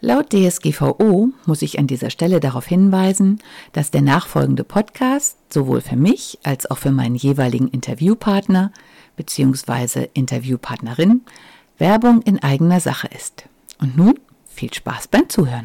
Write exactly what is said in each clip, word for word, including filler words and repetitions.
Laut D S G V O muss ich an dieser Stelle darauf hinweisen, dass der nachfolgende Podcast sowohl für mich als auch für meinen jeweiligen Interviewpartner bzw. Interviewpartnerin Werbung in eigener Sache ist. Und nun viel Spaß beim Zuhören.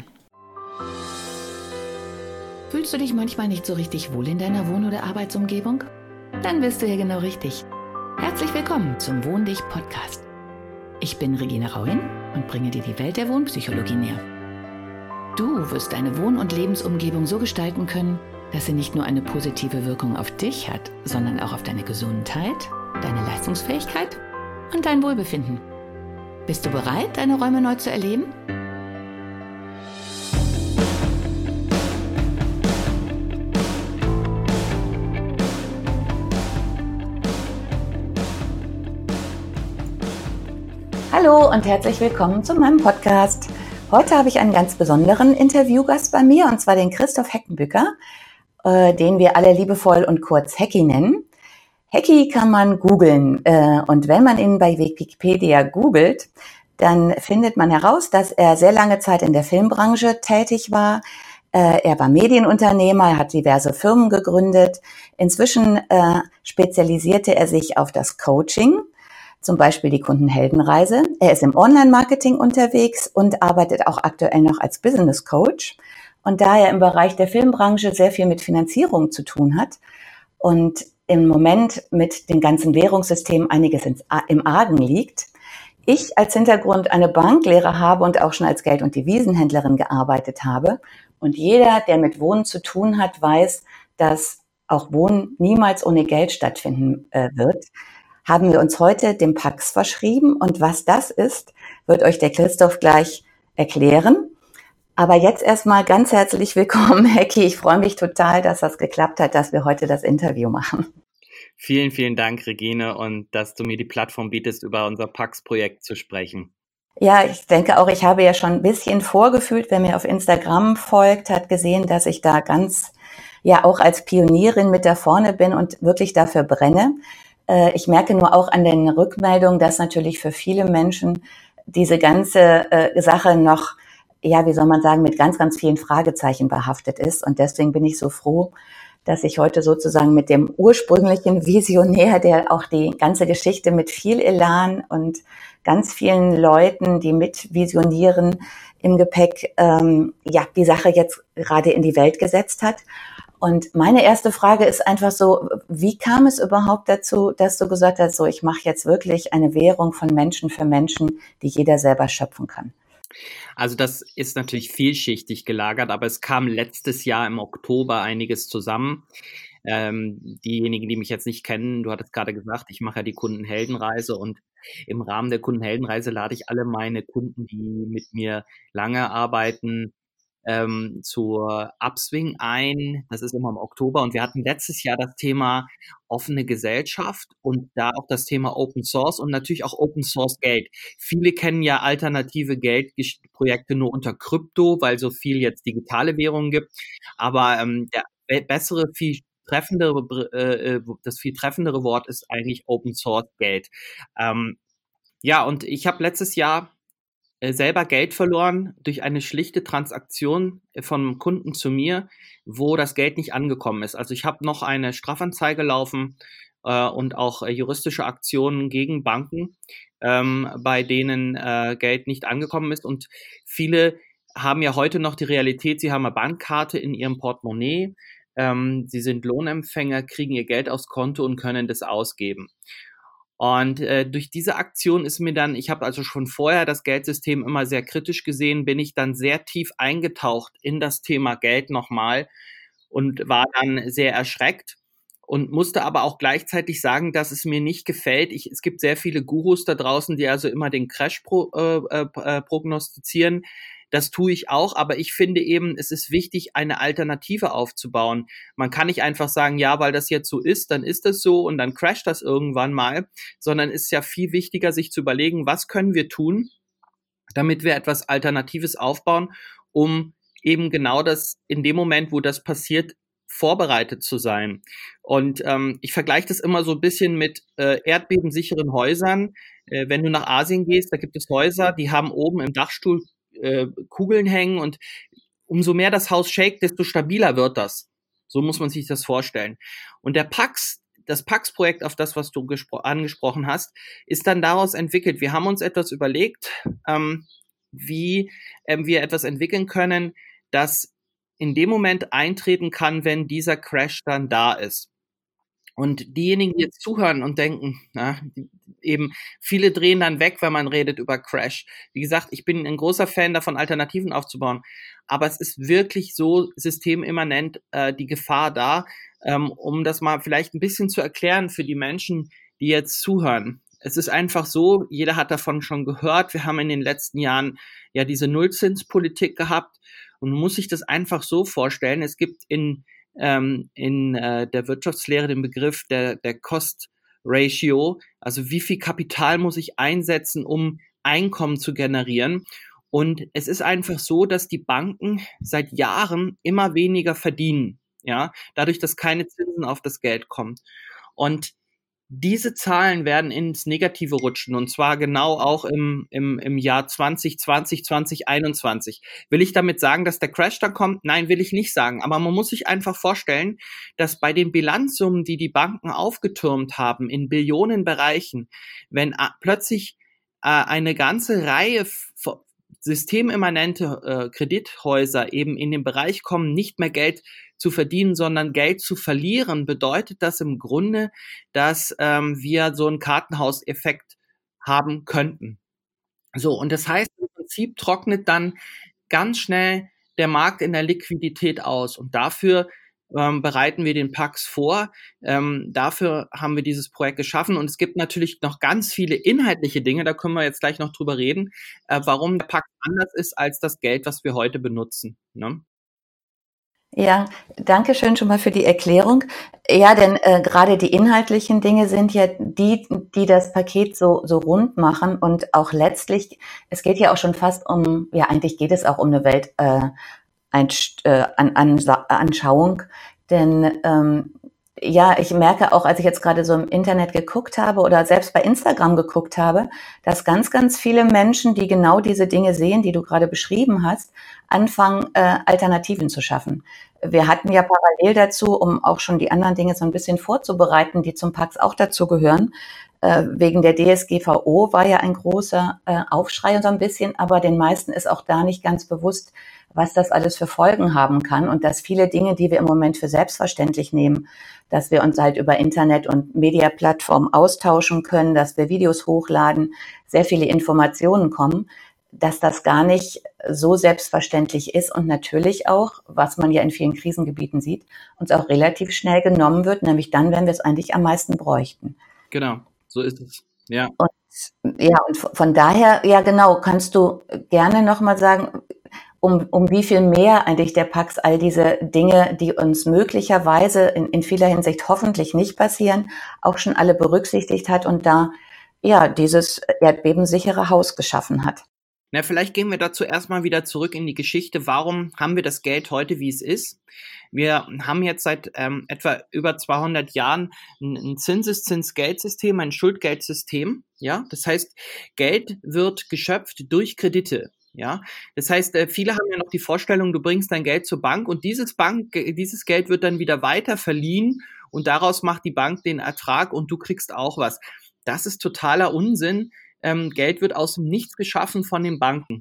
Fühlst du dich manchmal nicht so richtig wohl in deiner Wohn- oder Arbeitsumgebung? Dann bist du hier genau richtig. Herzlich willkommen zum Wohndich-Podcast. Ich bin Regine Rauhin und bringe dir die Welt der Wohnpsychologie näher. Du wirst deine Wohn- und Lebensumgebung so gestalten können, dass sie nicht nur eine positive Wirkung auf dich hat, sondern auch auf deine Gesundheit, deine Leistungsfähigkeit und dein Wohlbefinden. Bist du bereit, deine Räume neu zu erleben? Hallo und herzlich willkommen zu meinem Podcast. Heute habe ich einen ganz besonderen Interviewgast bei mir, und zwar den Christoph Heckenbücker, äh, den wir alle liebevoll und kurz Hecki nennen. Hecki kann man googeln, äh, und wenn man ihn bei Wikipedia googelt, dann findet man heraus, dass er sehr lange Zeit in der Filmbranche tätig war. Äh, er war Medienunternehmer, er hat diverse Firmen gegründet. Inzwischen äh, spezialisierte er sich auf das Coaching, zum Beispiel die Kundenheldenreise. Er ist im Online-Marketing unterwegs und arbeitet auch aktuell noch als Business Coach. Und da er im Bereich der Filmbranche sehr viel mit Finanzierung zu tun hat und im Moment mit dem ganzen Währungssystem einiges ins, im Argen liegt, ich als Hintergrund eine Banklehre habe und auch schon als Geld- und Devisenhändlerin gearbeitet habe. Und jeder, der mit Wohnen zu tun hat, weiß, dass auch Wohnen niemals ohne Geld stattfinden äh, wird. Haben wir uns heute dem Pax verschrieben, und was das ist, wird euch der Christoph gleich erklären. Aber jetzt erstmal ganz herzlich willkommen, Hecki. Ich freue mich total, dass das geklappt hat, dass wir heute das Interview machen. Vielen, vielen Dank, Regine, und dass du mir die Plattform bietest, über unser Pax-Projekt zu sprechen. Ja, ich denke auch, ich habe ja schon ein bisschen vorgefühlt, wer mir auf Instagram folgt, hat gesehen, dass ich da ganz, ja, auch als Pionierin mit da vorne bin und wirklich dafür brenne. Ich merke nur auch an den Rückmeldungen, dass natürlich für viele Menschen diese ganze äh, Sache noch, ja, wie soll man sagen, mit ganz, ganz vielen Fragezeichen behaftet ist. Und deswegen bin ich so froh, dass ich heute sozusagen mit dem ursprünglichen Visionär, der auch die ganze Geschichte mit viel Elan und ganz vielen Leuten, die mit visionieren, im Gepäck, ähm, ja, die Sache jetzt gerade in die Welt gesetzt hat. Und meine erste Frage ist einfach so, wie kam es überhaupt dazu, dass du gesagt hast, so, ich mache jetzt wirklich eine Währung von Menschen für Menschen, die jeder selber schöpfen kann? Also das ist natürlich vielschichtig gelagert, aber es kam letztes Jahr im Oktober einiges zusammen. Ähm, diejenigen, die mich jetzt nicht kennen, du hattest gerade gesagt, ich mache ja die Kundenheldenreise, und im Rahmen der Kundenheldenreise lade ich alle meine Kunden, die mit mir lange arbeiten, ähm, zur Upswing ein. Das ist immer im Oktober, und wir hatten letztes Jahr das Thema offene Gesellschaft und da auch das Thema Open Source und natürlich auch Open Source Geld. Viele kennen ja alternative Geldprojekte nur unter Krypto, weil so viel jetzt digitale Währungen gibt, aber ähm, der bessere, viel treffendere, äh, das viel treffendere Wort ist eigentlich Open Source Geld. Ähm, ja, und ich habe letztes Jahr selber Geld verloren durch eine schlichte Transaktion vom Kunden zu mir, wo das Geld nicht angekommen ist. Also ich habe noch eine Strafanzeige laufen äh, und auch äh, juristische Aktionen gegen Banken, ähm, bei denen äh, Geld nicht angekommen ist. Und viele haben ja heute noch die Realität, sie haben eine Bankkarte in ihrem Portemonnaie, ähm, sie sind Lohnempfänger, kriegen ihr Geld aufs Konto und können das ausgeben. Und äh, durch diese Aktion ist mir dann, ich habe also schon vorher das Geldsystem immer sehr kritisch gesehen, bin ich dann sehr tief eingetaucht in das Thema Geld nochmal und war dann sehr erschreckt und musste aber auch gleichzeitig sagen, dass es mir nicht gefällt. Ich, es gibt sehr viele Gurus da draußen, die also immer den Crash pro, äh, äh, prognostizieren. Das tue ich auch, aber ich finde eben, es ist wichtig, eine Alternative aufzubauen. Man kann nicht einfach sagen, ja, weil das jetzt so ist, dann ist das so und dann crasht das irgendwann mal, sondern es ist ja viel wichtiger, sich zu überlegen, was können wir tun, damit wir etwas Alternatives aufbauen, um eben genau das in dem Moment, wo das passiert, vorbereitet zu sein. Und ähm, ich vergleiche das immer so ein bisschen mit äh, erdbebensicheren Häusern. Äh, wenn du nach Asien gehst, da gibt es Häuser, die haben oben im Dachstuhl äh, Kugeln hängen und umso mehr das Haus shakt, desto stabiler wird das. So muss man sich das vorstellen. Und der Pax, das Pax-Projekt, auf das, was du gespro- angesprochen hast, ist dann daraus entwickelt. Wir haben uns etwas überlegt, ähm, wie ähm, wir etwas entwickeln können, das in dem Moment eintreten kann, wenn dieser Crash dann da ist. Und diejenigen, die jetzt zuhören und denken, na, eben viele drehen dann weg, wenn man redet über Crash. Wie gesagt, ich bin ein großer Fan davon, Alternativen aufzubauen. Aber es ist wirklich so systemimmanent äh, die Gefahr da, ähm, um das mal vielleicht ein bisschen zu erklären für die Menschen, die jetzt zuhören. Es ist einfach so, jeder hat davon schon gehört. Wir haben in den letzten Jahren ja diese Nullzinspolitik gehabt und man muss sich das einfach so vorstellen. Es gibt in ähm, in äh, der Wirtschaftslehre den Begriff der, der Cost Ratio, also wie viel Kapital muss ich einsetzen, um Einkommen zu generieren. Und es ist einfach so, dass die Banken seit Jahren immer weniger verdienen, ja, dadurch, dass keine Zinsen auf das Geld kommen. Und diese Zahlen werden ins Negative rutschen und zwar genau auch im, im, im Jahr zwanzig zwanzig, zwanzig einundzwanzig. Will ich damit sagen, dass der Crash dann kommt? Nein, will ich nicht sagen. Aber man muss sich einfach vorstellen, dass bei den Bilanzsummen, die die Banken aufgetürmt haben, in Billionenbereichen, wenn äh, plötzlich äh, eine ganze Reihe von systemimmanente äh, Kredithäuser eben in den Bereich kommen, nicht mehr Geld zu verdienen, sondern Geld zu verlieren, bedeutet das im Grunde, dass ähm, wir so einen Kartenhauseffekt haben könnten. So, und das heißt, im Prinzip trocknet dann ganz schnell der Markt in der Liquidität aus. Und dafür ähm, bereiten wir den Pax vor. Ähm, dafür haben wir dieses Projekt geschaffen. Und es gibt natürlich noch ganz viele inhaltliche Dinge, da können wir jetzt gleich noch drüber reden, äh, warum der Pax anders ist als das Geld, was wir heute benutzen. Ne? Ja, danke schön schon mal für die Erklärung. Ja, denn äh, gerade die inhaltlichen Dinge sind ja die, die das Paket so so rund machen und auch letztlich, es geht ja auch schon fast um, ja, eigentlich geht es auch um eine Welt äh, ein, äh, an, an, Anschauung, denn ähm, ja, ich merke auch, als ich jetzt gerade so im Internet geguckt habe oder selbst bei Instagram geguckt habe, dass ganz, ganz viele Menschen, die genau diese Dinge sehen, die du gerade beschrieben hast, anfangen, äh, Alternativen zu schaffen. Wir hatten ja parallel dazu, um auch schon die anderen Dinge so ein bisschen vorzubereiten, die zum Pax auch dazu gehören, äh, wegen der D S G V O war ja ein großer äh, Aufschrei und so ein bisschen, aber den meisten ist auch da nicht ganz bewusst, was das alles für Folgen haben kann und dass viele Dinge, die wir im Moment für selbstverständlich nehmen, dass wir uns halt über Internet und Mediaplattformen austauschen können, dass wir Videos hochladen, sehr viele Informationen kommen, dass das gar nicht so selbstverständlich ist und natürlich auch, was man ja in vielen Krisengebieten sieht, uns auch relativ schnell genommen wird, nämlich dann, wenn wir es eigentlich am meisten bräuchten. Genau, so ist es. Ja. Und ja, und von daher, ja genau, kannst du gerne nochmal sagen, um, um wie viel mehr eigentlich der Pax all diese Dinge, die uns möglicherweise in, in vieler Hinsicht hoffentlich nicht passieren, auch schon alle berücksichtigt hat und da ja dieses erdbebensichere Haus geschaffen hat. Na, vielleicht gehen wir dazu erstmal wieder zurück in die Geschichte. Warum haben wir das Geld heute, wie es ist? Wir haben jetzt seit ähm, etwa über zweihundert Jahren ein, ein Zinseszinsgeldsystem, ein Schuldgeldsystem. Ja, das heißt, Geld wird geschöpft durch Kredite. Ja, das heißt, äh, viele haben ja noch die Vorstellung, du bringst dein Geld zur Bank und dieses Bank, dieses Geld wird dann wieder weiter verliehen und daraus macht die Bank den Ertrag und du kriegst auch was. Das ist totaler Unsinn. Ähm, Geld wird aus dem Nichts geschaffen von den Banken.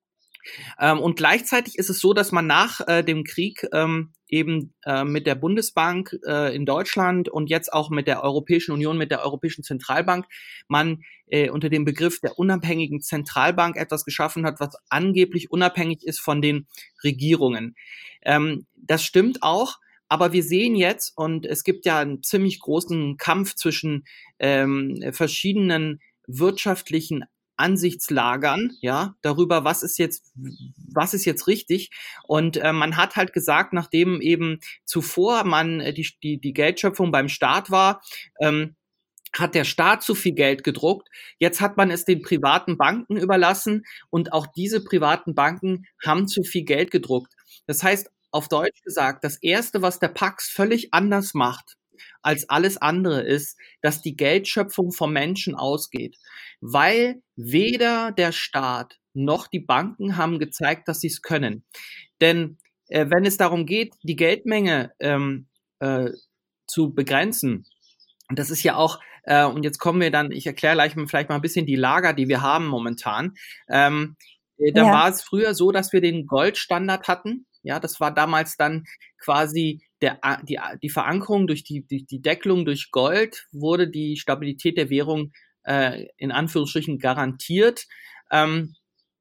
Ähm, und gleichzeitig ist es so, dass man nach äh, dem Krieg ähm, eben äh, mit der Bundesbank äh, in Deutschland und jetzt auch mit der Europäischen Union, mit der Europäischen Zentralbank, man äh, unter dem Begriff der unabhängigen Zentralbank etwas geschaffen hat, was angeblich unabhängig ist von den Regierungen. Ähm, das stimmt auch. Aber wir sehen jetzt, und es gibt ja einen ziemlich großen Kampf zwischen ähm, verschiedenen wirtschaftlichen Ansichtslagern, ja, darüber, was ist jetzt, was ist jetzt richtig. Und äh, man hat halt gesagt, nachdem eben zuvor man äh, die, die, die Geldschöpfung beim Staat war, ähm, hat der Staat zu viel Geld gedruckt. Jetzt hat man es den privaten Banken überlassen und auch diese privaten Banken haben zu viel Geld gedruckt. Das heißt, auf Deutsch gesagt, das Erste, was der Pax völlig anders macht, als alles andere ist, dass die Geldschöpfung vom Menschen ausgeht, weil weder der Staat noch die Banken haben gezeigt, dass sie es können. Denn äh, wenn es darum geht, die Geldmenge ähm, äh, zu begrenzen, und das ist ja auch, äh, und jetzt kommen wir dann, ich erkläre gleich mal, vielleicht mal ein bisschen die Lager, die wir haben momentan. Ähm, äh, dann Ja. war es früher so, dass wir den Goldstandard hatten. Ja, das war damals dann quasi der, die, die Verankerung durch die, die, die Deckelung durch Gold, wurde die Stabilität der Währung äh, in Anführungsstrichen garantiert. Ähm,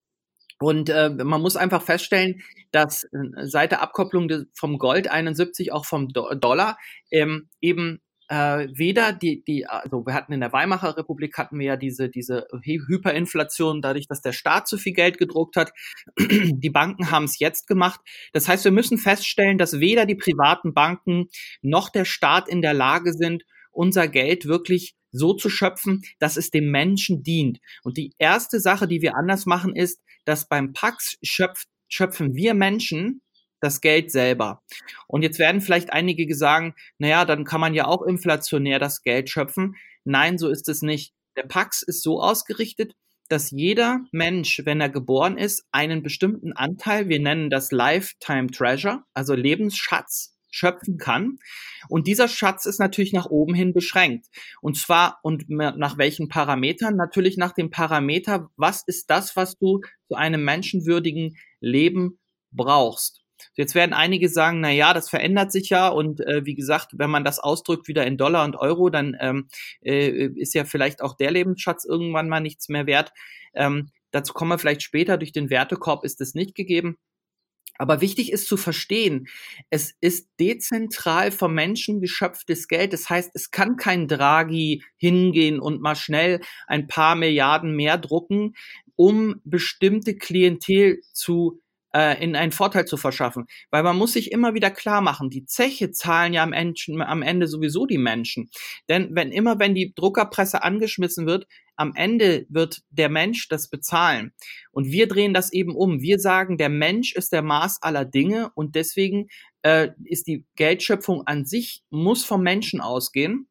Und äh, man muss einfach feststellen, dass äh, seit der Abkopplung des, vom Gold einundsiebzig, auch vom Do- Dollar, ähm, eben äh, weder die, die, also wir hatten in der Weimarer Republik hatten wir ja diese, diese Hy- Hyperinflation, dadurch, dass der Staat zu viel Geld gedruckt hat. Die Banken haben es jetzt gemacht. Das heißt, wir müssen feststellen, dass weder die privaten Banken noch der Staat in der Lage sind, unser Geld wirklich so zu schöpfen, dass es dem Menschen dient. Und die erste Sache, die wir anders machen, ist, dass beim Pax schöpft, schöpfen wir Menschen das Geld selber. Und jetzt werden vielleicht einige sagen, naja, dann kann man ja auch inflationär das Geld schöpfen. Nein, so ist es nicht. Der Pax ist so ausgerichtet, dass jeder Mensch, wenn er geboren ist, einen bestimmten Anteil, wir nennen das Lifetime Treasure, also Lebensschatz, schöpfen kann. Und dieser Schatz ist natürlich nach oben hin beschränkt. Und zwar, und nach welchen Parametern? Natürlich nach dem Parameter, was ist das, was du zu einem menschenwürdigen Leben brauchst? Jetzt werden einige sagen, na ja, das verändert sich ja und äh, wie gesagt, wenn man das ausdrückt wieder in Dollar und Euro, dann ähm, äh, ist ja vielleicht auch der Lebensschatz irgendwann mal nichts mehr wert. Ähm, dazu kommen wir vielleicht später, durch den Wertekorb ist es nicht gegeben. Aber wichtig ist zu verstehen, es ist dezentral vom Menschen geschöpftes Geld. Das heißt, es kann kein Draghi hingehen und mal schnell ein paar Milliarden mehr drucken, um bestimmte Klientel zu äh, in einen Vorteil zu verschaffen. Weil man muss sich immer wieder klar machen, die Zeche zahlen ja am Ende, am Ende sowieso die Menschen. Denn wenn immer, wenn die Druckerpresse angeschmissen wird, am Ende wird der Mensch das bezahlen. Und wir drehen das eben um. Wir sagen, der Mensch ist der Maß aller Dinge und deswegen äh, ist die Geldschöpfung an sich, muss vom Menschen ausgehen.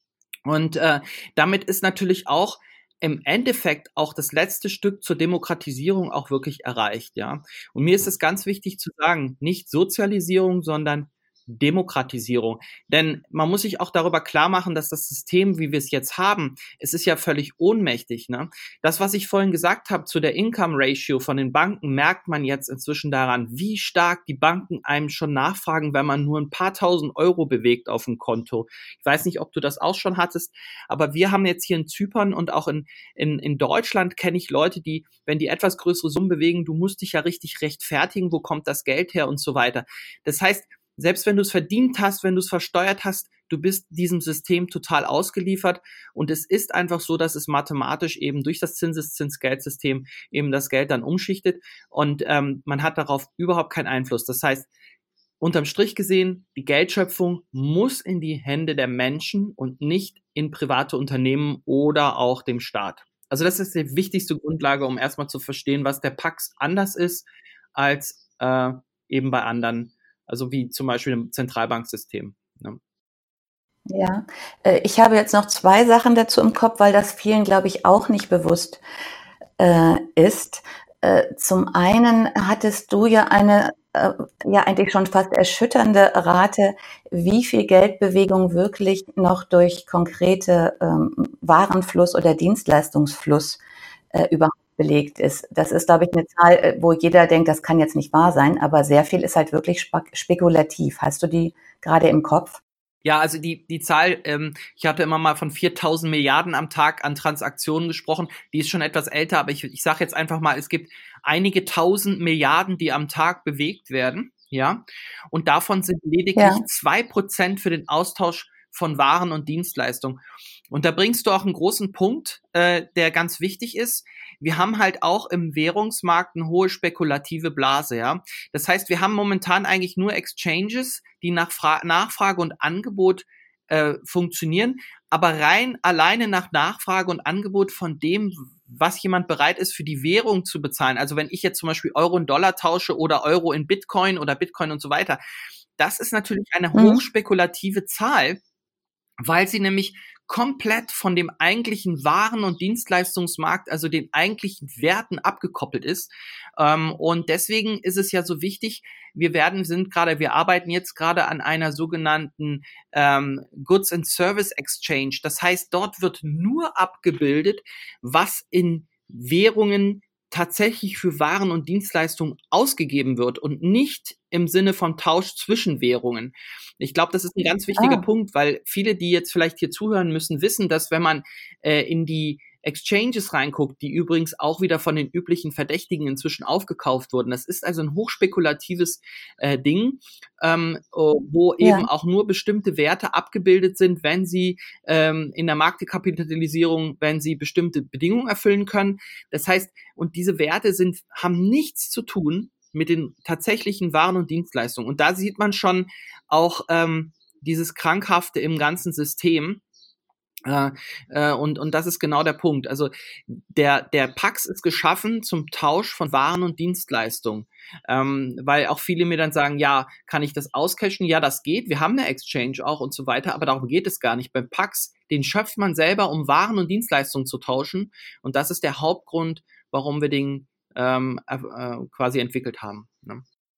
Und äh, damit ist natürlich auch im Endeffekt auch das letzte Stück zur Demokratisierung auch wirklich erreicht, ja. Und mir ist es ganz wichtig zu sagen, nicht Sozialisierung, sondern Demokratisierung. Denn man muss sich auch darüber klar machen, dass das System, wie wir es jetzt haben, es ist ja völlig ohnmächtig. Ne? Das, was ich vorhin gesagt habe zu der Income Ratio von den Banken, merkt man jetzt inzwischen daran, wie stark die Banken einem schon nachfragen, wenn man nur ein paar tausend Euro bewegt auf dem Konto. Ich weiß nicht, ob du das auch schon hattest, aber wir haben jetzt hier in Zypern und auch in, in, in Deutschland kenne ich Leute, die, wenn die etwas größere Summen bewegen, du musst dich ja richtig rechtfertigen, wo kommt das Geld her und so weiter. Das heißt, selbst wenn du es verdient hast, wenn du es versteuert hast, du bist diesem System total ausgeliefert. Und es ist einfach so, dass es mathematisch eben durch das Zinseszinsgeldsystem eben das Geld dann umschichtet. Und ähm, man hat darauf überhaupt keinen Einfluss. Das heißt, unterm Strich gesehen, die Geldschöpfung muss in die Hände der Menschen und nicht in private Unternehmen oder auch dem Staat. Also das ist die wichtigste Grundlage, um erstmal zu verstehen, was der Pax anders ist als äh, eben bei anderen, also wie zum Beispiel im Zentralbanksystem. Ne? Ja, äh, ich habe jetzt noch zwei Sachen dazu im Kopf, weil das vielen, glaube ich, auch nicht bewusst äh, ist. Äh, zum einen hattest du ja eine, äh, ja eigentlich schon fast erschütternde Rate, wie viel Geldbewegung wirklich noch durch konkrete ähm, Warenfluss oder Dienstleistungsfluss äh, überhaupt belegt ist. Das ist, glaube ich, eine Zahl, wo jeder denkt, das kann jetzt nicht wahr sein, aber sehr viel ist halt wirklich spekulativ. Hast du die gerade im Kopf? Ja, also die die Zahl, ähm, ich hatte immer mal von viertausend Milliarden am Tag an Transaktionen gesprochen, die ist schon etwas älter, aber ich, ich sage jetzt einfach mal, es gibt einige tausend Milliarden, die am Tag bewegt werden, ja, und davon sind lediglich zwei ja. Prozent für den Austausch von Waren und Dienstleistungen. Und da bringst du auch einen großen Punkt, äh, der ganz wichtig ist. Wir haben halt auch im Währungsmarkt eine hohe spekulative Blase, ja. Das heißt, wir haben momentan eigentlich nur Exchanges, die nach Fra- Nachfrage und Angebot äh, funktionieren, aber rein alleine nach Nachfrage und Angebot von dem, was jemand bereit ist, für die Währung zu bezahlen. Also wenn ich jetzt zum Beispiel Euro in Dollar tausche oder Euro in Bitcoin oder Bitcoin und so weiter, das ist natürlich eine hochspekulative Zahl. weil sie nämlich komplett von dem eigentlichen Waren- und Dienstleistungsmarkt, also den eigentlichen Werten abgekoppelt ist. Ähm, und deswegen ist es ja so wichtig, wir werden, sind gerade, wir arbeiten jetzt gerade an einer sogenannten ähm, Goods and Service Exchange. Das heißt, dort wird nur abgebildet, was in Währungen tatsächlich für Waren und Dienstleistungen ausgegeben wird und nicht im Sinne von Tausch zwischen Währungen. Ich glaube, das ist ein ganz wichtiger Ah, Punkt, weil viele, die jetzt vielleicht hier zuhören müssen, wissen, dass wenn man äh, in die Exchanges reinguckt, die übrigens auch wieder von den üblichen Verdächtigen inzwischen aufgekauft wurden. Das ist also ein hochspekulatives äh, Ding, ähm, wo eben ja, auch nur bestimmte Werte abgebildet sind, wenn sie ähm, in der Marktkapitalisierung, wenn sie bestimmte Bedingungen erfüllen können. Das heißt, und diese Werte sind, haben nichts zu tun mit den tatsächlichen Waren und Dienstleistungen. Und da sieht man schon auch ähm, dieses Krankhafte im ganzen System. Äh, äh, und, und das ist genau der Punkt. Also der, der Pax ist geschaffen zum Tausch von Waren und Dienstleistungen. Ähm, weil auch viele mir dann sagen, ja, kann ich das auscashen? Ja, das geht. Wir haben eine Exchange auch und so weiter, aber darum geht es gar nicht. Beim Pax, den schöpft man selber, um Waren und Dienstleistungen zu tauschen. Und das ist der Hauptgrund, warum wir den ähm, äh, quasi entwickelt haben. Ne?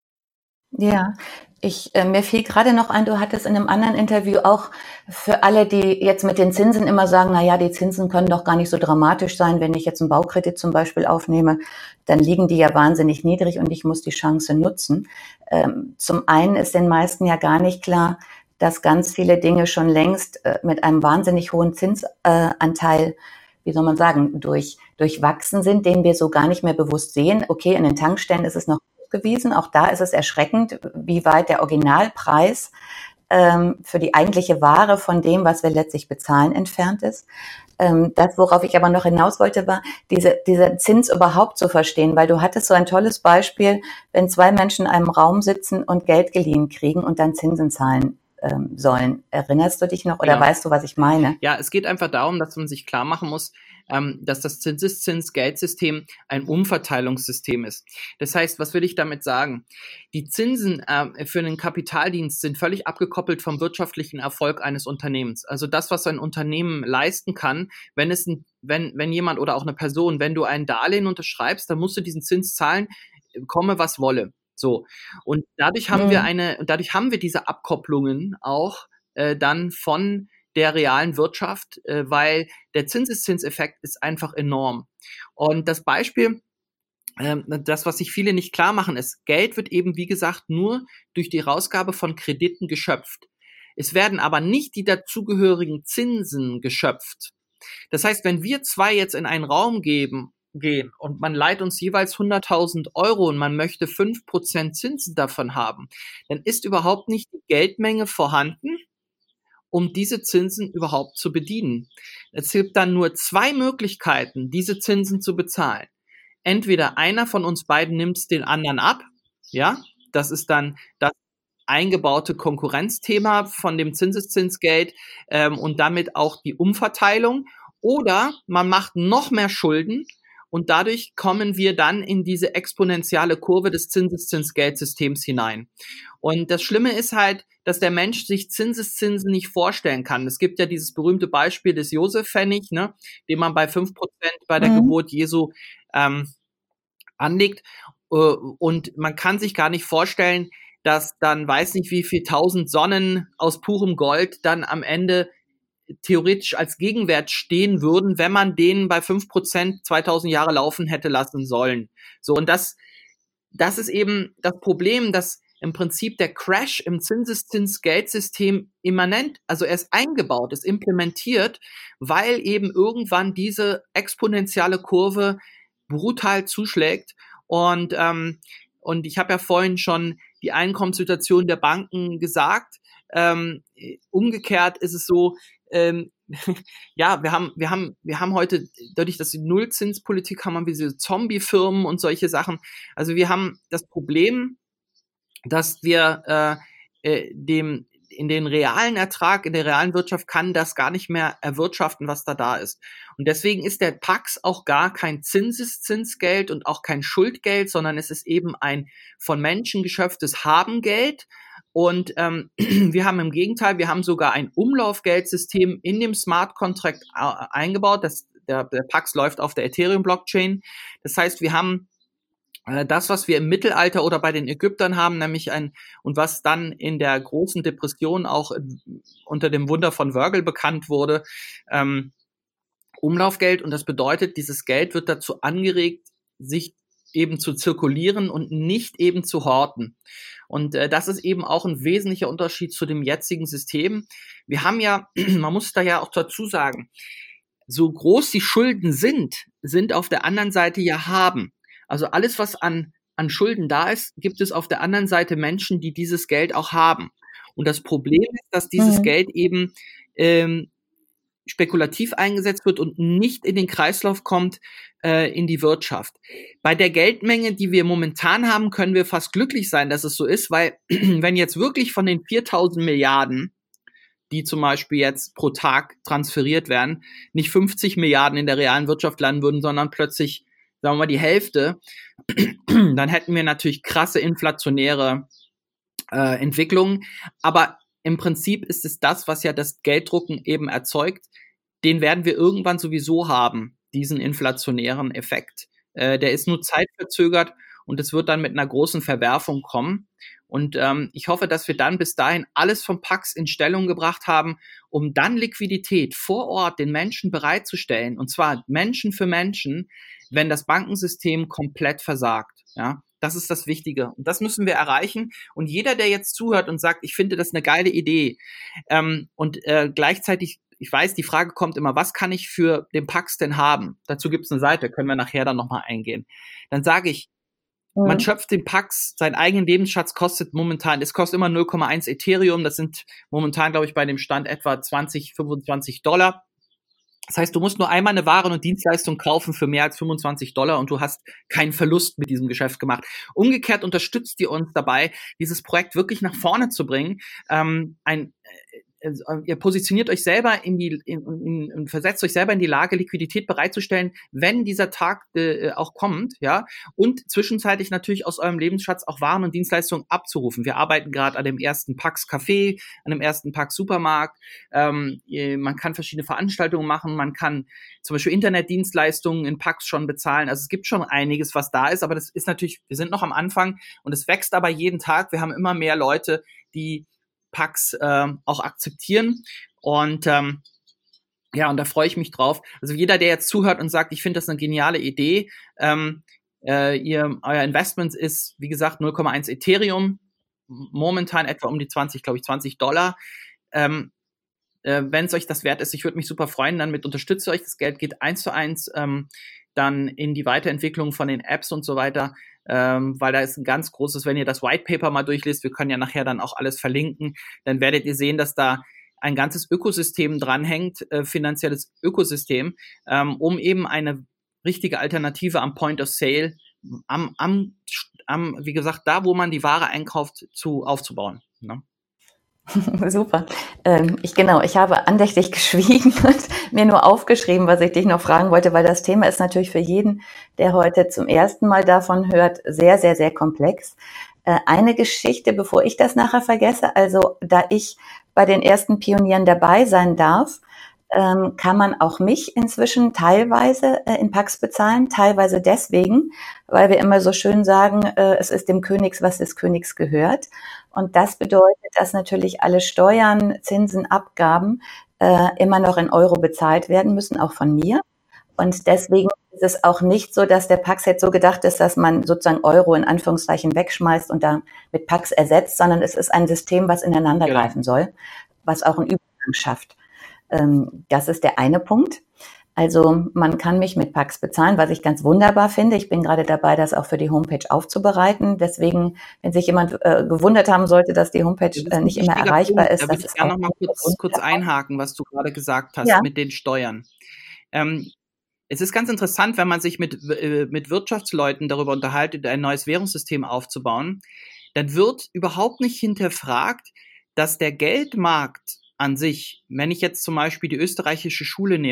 ja. Ich, äh, mir fiel gerade noch ein, du hattest in einem anderen Interview auch für alle, die jetzt mit den Zinsen immer sagen, na ja, die Zinsen können doch gar nicht so dramatisch sein. Wenn ich jetzt einen Baukredit zum Beispiel aufnehme, dann liegen die ja wahnsinnig niedrig und ich muss die Chance nutzen. Ähm, zum einen ist den meisten ja gar nicht klar, dass ganz viele Dinge schon längst äh, mit einem wahnsinnig hohen Zinsanteil, wie soll man sagen, durch, durchwachsen sind, den wir so gar nicht mehr bewusst sehen. Okay, in den Tankstellen ist es noch gewesen. Auch da ist es erschreckend, wie weit der Originalpreis ähm, für die eigentliche Ware von dem, was wir letztlich bezahlen, entfernt ist. Ähm, das, worauf ich aber noch hinaus wollte, war, diese, dieser Zins überhaupt zu verstehen, weil du hattest so ein tolles Beispiel, wenn zwei Menschen in einem Raum sitzen und Geld geliehen kriegen und dann Zinsen zahlen ähm, sollen. Erinnerst du dich noch oder Ja. weißt du, was ich meine? Ja, es geht einfach darum, dass man sich klar machen muss, ähm, dass das Zinseszinsgeldsystem ein Umverteilungssystem ist. Das heißt, was will ich damit sagen? Die Zinsen äh, für einen Kapitaldienst sind völlig abgekoppelt vom wirtschaftlichen Erfolg eines Unternehmens. Also das, was ein Unternehmen leisten kann, wenn es ein, wenn, wenn jemand oder auch eine Person, wenn du ein Darlehen unterschreibst, dann musst du diesen Zins zahlen, komme was wolle. So. Und dadurch haben wir Mhm. eine, und dadurch haben wir diese Abkopplungen auch äh, dann von der realen Wirtschaft, äh, weil der Zinseszinseffekt ist einfach enorm. Und das Beispiel, ähm, das, was sich viele nicht klar machen, ist, Geld wird eben, wie gesagt, nur durch die Rausgabe von Krediten geschöpft. Es werden aber nicht die dazugehörigen Zinsen geschöpft. Das heißt, wenn wir zwei jetzt in einen Raum geben, gehen und man leiht uns jeweils hunderttausend Euro und man möchte fünf Prozent Zinsen davon haben, dann ist überhaupt nicht die Geldmenge vorhanden, um diese Zinsen überhaupt zu bedienen. Es gibt dann nur zwei Möglichkeiten, diese Zinsen zu bezahlen. Entweder einer von uns beiden nimmt es den anderen ab, ja, das ist dann das eingebaute Konkurrenzthema von dem Zinseszinsgeld ähm, und damit auch die Umverteilung. Oder man macht noch mehr Schulden und dadurch kommen wir dann in diese exponentielle Kurve des Zinseszinsgeldsystems hinein. Und das Schlimme ist halt, dass der Mensch sich Zinseszinsen nicht vorstellen kann. Es gibt ja dieses berühmte Beispiel des Josef-Pfennig, ne, den man bei fünf Prozent bei der Mhm. Geburt Jesu ähm, anlegt. Äh, und man kann sich gar nicht vorstellen, dass dann weiß nicht wie viel tausend Sonnen aus purem Gold dann am Ende theoretisch als Gegenwert stehen würden, wenn man den bei fünf Prozent zweitausend Jahre laufen hätte lassen sollen. So, und das, das ist eben das Problem, dass im Prinzip der Crash im Zinseszinsgeldsystem immanent, also er ist eingebaut, ist implementiert, weil eben irgendwann diese exponentielle Kurve brutal zuschlägt. Und, ähm, und ich habe ja vorhin schon die Einkommenssituation der Banken gesagt. Ähm, umgekehrt ist es so, ähm, ja, wir haben, wir haben, wir haben heute, dadurch, dass die Nullzinspolitik haben, haben wir diese Zombie-Firmen und solche Sachen. Also wir haben das Problem, dass wir äh, äh, dem in den realen Ertrag, in der realen Wirtschaft kann das gar nicht mehr erwirtschaften, was da da ist. Und deswegen ist der Pax auch gar kein Zinseszinsgeld und auch kein Schuldgeld, sondern es ist eben ein von Menschen geschöpftes Habengeld. Und ähm, wir haben im Gegenteil, wir haben sogar ein Umlaufgeldsystem in dem Smart Contract äh, eingebaut. Das, der, der Pax läuft auf der Ethereum-Blockchain. Das heißt, wir haben äh, das, was wir im Mittelalter oder bei den Ägyptern haben, nämlich ein, und was dann in der großen Depression auch in, unter dem Wunder von Virgil bekannt wurde, ähm, Umlaufgeld. Und das bedeutet, dieses Geld wird dazu angeregt, sich eben zu zirkulieren und nicht eben zu horten. Und äh, das ist eben auch ein wesentlicher Unterschied zu dem jetzigen System. Wir haben ja, man muss da ja auch dazu sagen, so groß die Schulden sind, sind auf der anderen Seite ja haben. Also alles, was an, an Schulden da ist, gibt es auf der anderen Seite Menschen, die dieses Geld auch haben. Und das Problem ist, dass dieses mhm. Geld eben ähm, spekulativ eingesetzt wird und nicht in den Kreislauf kommt, äh, in die Wirtschaft. Bei der Geldmenge, die wir momentan haben, können wir fast glücklich sein, dass es so ist, weil wenn jetzt wirklich von den viertausend Milliarden, die zum Beispiel jetzt pro Tag transferiert werden, nicht fünfzig Milliarden in der realen Wirtschaft landen würden, sondern plötzlich, sagen wir mal, die Hälfte, dann hätten wir natürlich krasse inflationäre äh, Entwicklungen. Aber im Prinzip ist es das, was ja das Gelddrucken eben erzeugt. Den werden wir irgendwann sowieso haben, diesen inflationären Effekt. Äh, der ist nur zeitverzögert und es wird dann mit einer großen Verwerfung kommen. Und ähm, ich hoffe, dass wir dann bis dahin alles vom Pax in Stellung gebracht haben, um dann Liquidität vor Ort den Menschen bereitzustellen. Und zwar Menschen für Menschen, wenn das Bankensystem komplett versagt. Ja, das ist das Wichtige. Und das müssen wir erreichen. Und jeder, der jetzt zuhört und sagt, ich finde das eine geile Idee, ähm, und äh, gleichzeitig, ich weiß, die Frage kommt immer, was kann ich für den Pax denn haben? Dazu gibt es eine Seite, können wir nachher dann nochmal eingehen. Dann sage ich, mhm. man schöpft den Pax, seinen eigenen Lebensschatz kostet momentan, es kostet immer null Komma eins Ethereum, das sind momentan, glaube ich, bei dem Stand etwa zwanzig, fünfundzwanzig Dollar. Das heißt, du musst nur einmal eine Ware und Dienstleistung kaufen für mehr als fünfundzwanzig Dollar und du hast keinen Verlust mit diesem Geschäft gemacht. Umgekehrt unterstützt ihr uns dabei, dieses Projekt wirklich nach vorne zu bringen. Ähm, ein Ihr positioniert euch selber in die, in, in, in, versetzt euch selber in die Lage, Liquidität bereitzustellen, wenn dieser Tag äh, auch kommt, ja, und zwischenzeitlich natürlich aus eurem Lebensschatz auch Waren und Dienstleistungen abzurufen. Wir arbeiten gerade an dem ersten Pax Café, an dem ersten Pax Supermarkt. Ähm, man kann verschiedene Veranstaltungen machen, man kann zum Beispiel Internetdienstleistungen in Pax schon bezahlen. Also es gibt schon einiges, was da ist, aber das ist natürlich, wir sind noch am Anfang und es wächst aber jeden Tag. Wir haben immer mehr Leute, die Pax äh, auch akzeptieren und ähm, ja, und da freue ich mich drauf. Also jeder, der jetzt zuhört und sagt, ich finde das eine geniale Idee, ähm, äh, ihr, euer Investment ist, wie gesagt, null Komma eins Ethereum, momentan etwa um die zwanzig, glaube ich, zwanzig Dollar. Ähm, äh, wenn es euch das wert ist, ich würde mich super freuen, dann mit unterstützt euch. Das Geld geht eins zu eins ähm, dann in die Weiterentwicklung von den Apps und so weiter. Ähm, weil da ist ein ganz großes, wenn ihr das White Paper mal durchliest, wir können ja nachher dann auch alles verlinken, dann werdet ihr sehen, dass da ein ganzes Ökosystem dranhängt, äh, finanzielles Ökosystem, ähm, um eben eine richtige Alternative am Point of Sale, am, am, am, wie gesagt, da, wo man die Ware einkauft, zu aufzubauen. Ne? Super. Ähm, ich genau, ich habe andächtig geschwiegen und mir nur aufgeschrieben, was ich dich noch fragen wollte, weil das Thema ist natürlich für jeden, der heute zum ersten Mal davon hört, sehr, sehr, sehr komplex. Äh, eine Geschichte, bevor ich das nachher vergesse, also da ich bei den ersten Pionieren dabei sein darf, ähm, kann man auch mich inzwischen teilweise äh, in Pax bezahlen, teilweise deswegen, weil wir immer so schön sagen, äh, es ist dem Königs, was des Königs gehört. Und das bedeutet, dass natürlich alle Steuern, Zinsen, Abgaben äh, immer noch in Euro bezahlt werden müssen, auch von mir. Und deswegen ist es auch nicht so, dass der Pax jetzt so gedacht ist, dass man sozusagen Euro in Anführungszeichen wegschmeißt und dann mit Pax ersetzt, sondern es ist ein System, was ineinander Genau. greifen soll, was auch einen Übergang schafft. Ähm, das ist der eine Punkt. Also man kann mich mit Pax bezahlen, was ich ganz wunderbar finde. Ich bin gerade dabei, das auch für die Homepage aufzubereiten. Deswegen, wenn sich jemand äh, gewundert haben sollte, dass die Homepage äh, nicht immer erreichbar Punkt. ist, da das würde ist ich gerne auch noch mal kurz, kurz einhaken, was du gerade gesagt hast, ja. mit den Steuern. Ähm, es ist ganz interessant, wenn man sich mit, äh, mit Wirtschaftsleuten darüber unterhaltet, ein neues Währungssystem aufzubauen, dann wird überhaupt nicht hinterfragt, dass der Geldmarkt an sich, wenn ich jetzt zum Beispiel die österreichische Schule nehme,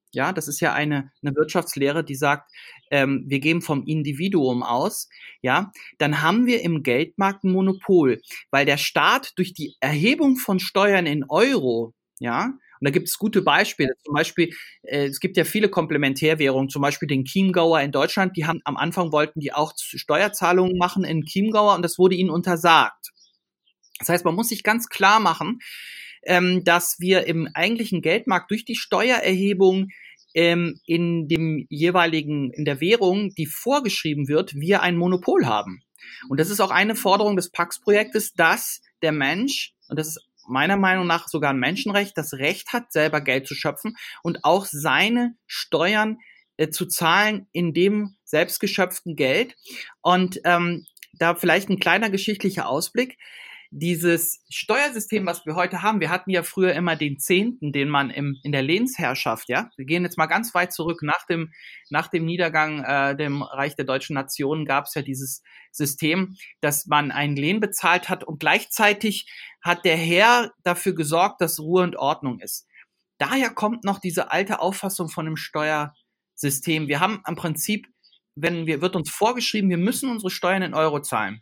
ja, das ist ja eine, eine Wirtschaftslehre, die sagt, ähm, wir gehen vom Individuum aus, ja, dann haben wir im Geldmarkt ein Monopol, weil der Staat durch die Erhebung von Steuern in Euro, ja, und da gibt es gute Beispiele, zum Beispiel, äh, es gibt ja viele Komplementärwährungen, zum Beispiel den Chiemgauer in Deutschland, die haben am Anfang wollten die auch Steuerzahlungen machen in Chiemgauer und das wurde ihnen untersagt. Das heißt, man muss sich ganz klar machen, ähm, dass wir im eigentlichen Geldmarkt durch die Steuererhebung ähm, in dem jeweiligen, in der Währung, die vorgeschrieben wird, wir ein Monopol haben. Und das ist auch eine Forderung des Pax-Projektes, dass der Mensch, und das ist meiner Meinung nach sogar ein Menschenrecht, das Recht hat, selber Geld zu schöpfen und auch seine Steuern äh, zu zahlen in dem selbst geschöpften Geld. Und ähm, da vielleicht ein kleiner geschichtlicher Ausblick. Dieses Steuersystem, was wir heute haben, wir hatten ja früher immer den Zehnten, den man im, in der Lehnsherrschaft, ja, wir gehen jetzt mal ganz weit zurück, nach dem, nach dem Niedergang äh, dem Reich der Deutschen Nationen gab es ja dieses System, dass man einen Lehn bezahlt hat und gleichzeitig hat der Herr dafür gesorgt, dass Ruhe und Ordnung ist. Daher kommt noch diese alte Auffassung von einem Steuersystem. Wir haben im Prinzip, wenn wir, wird uns vorgeschrieben, wir müssen unsere Steuern in Euro zahlen.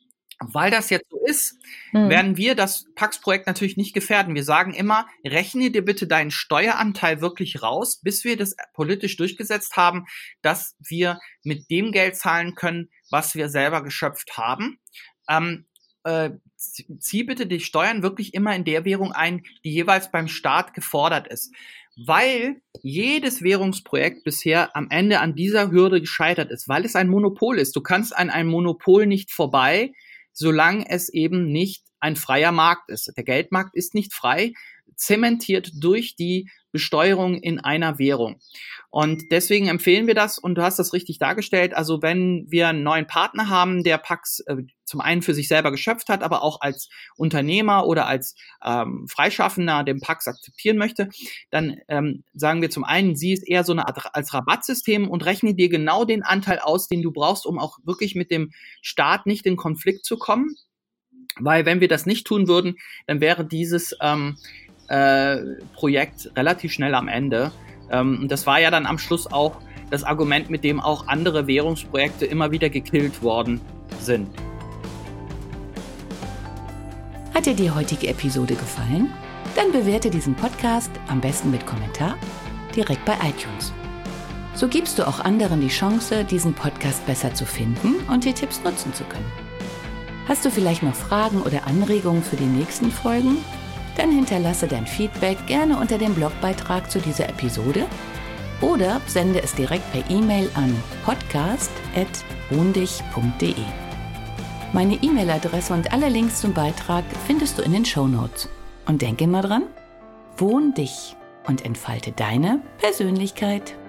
Weil das jetzt so ist, hm. werden wir das Pax-Projekt natürlich nicht gefährden. Wir sagen immer, rechne dir bitte deinen Steueranteil wirklich raus, bis wir das politisch durchgesetzt haben, dass wir mit dem Geld zahlen können, was wir selber geschöpft haben. Ähm, äh, zieh bitte die Steuern wirklich immer in der Währung ein, die jeweils beim Staat gefordert ist. Weil jedes Währungsprojekt bisher am Ende an dieser Hürde gescheitert ist, weil es ein Monopol ist. Du kannst an einem Monopol nicht vorbei, solange es eben nicht ein freier Markt ist. Der Geldmarkt ist nicht frei, zementiert durch die Besteuerung in einer Währung. Und deswegen empfehlen wir das, und du hast das richtig dargestellt, also wenn wir einen neuen Partner haben, der Pax äh, zum einen für sich selber geschöpft hat, aber auch als Unternehmer oder als ähm, Freischaffender den Pax akzeptieren möchte, dann ähm, sagen wir zum einen, sieh es eher so eine Art als Rabattsystem und rechne dir genau den Anteil aus, den du brauchst, um auch wirklich mit dem Staat nicht in Konflikt zu kommen. Weil wenn wir das nicht tun würden, dann wäre dieses ähm, äh, Projekt relativ schnell am Ende. Ähm, das war ja dann am Schluss auch das Argument, mit dem auch andere Währungsprojekte immer wieder gekillt worden sind. Hat dir die heutige Episode gefallen? Dann bewerte diesen Podcast am besten mit Kommentar direkt bei iTunes. So gibst du auch anderen die Chance, diesen Podcast besser zu finden und die Tipps nutzen zu können. Hast du vielleicht noch Fragen oder Anregungen für die nächsten Folgen? Dann hinterlasse dein Feedback gerne unter dem Blogbeitrag zu dieser Episode oder sende es direkt per E-Mail an podcast at wohndich punkt de. Meine E-Mail-Adresse und alle Links zum Beitrag findest du in den Shownotes. Und denk immer dran, wohn dich und entfalte deine Persönlichkeit.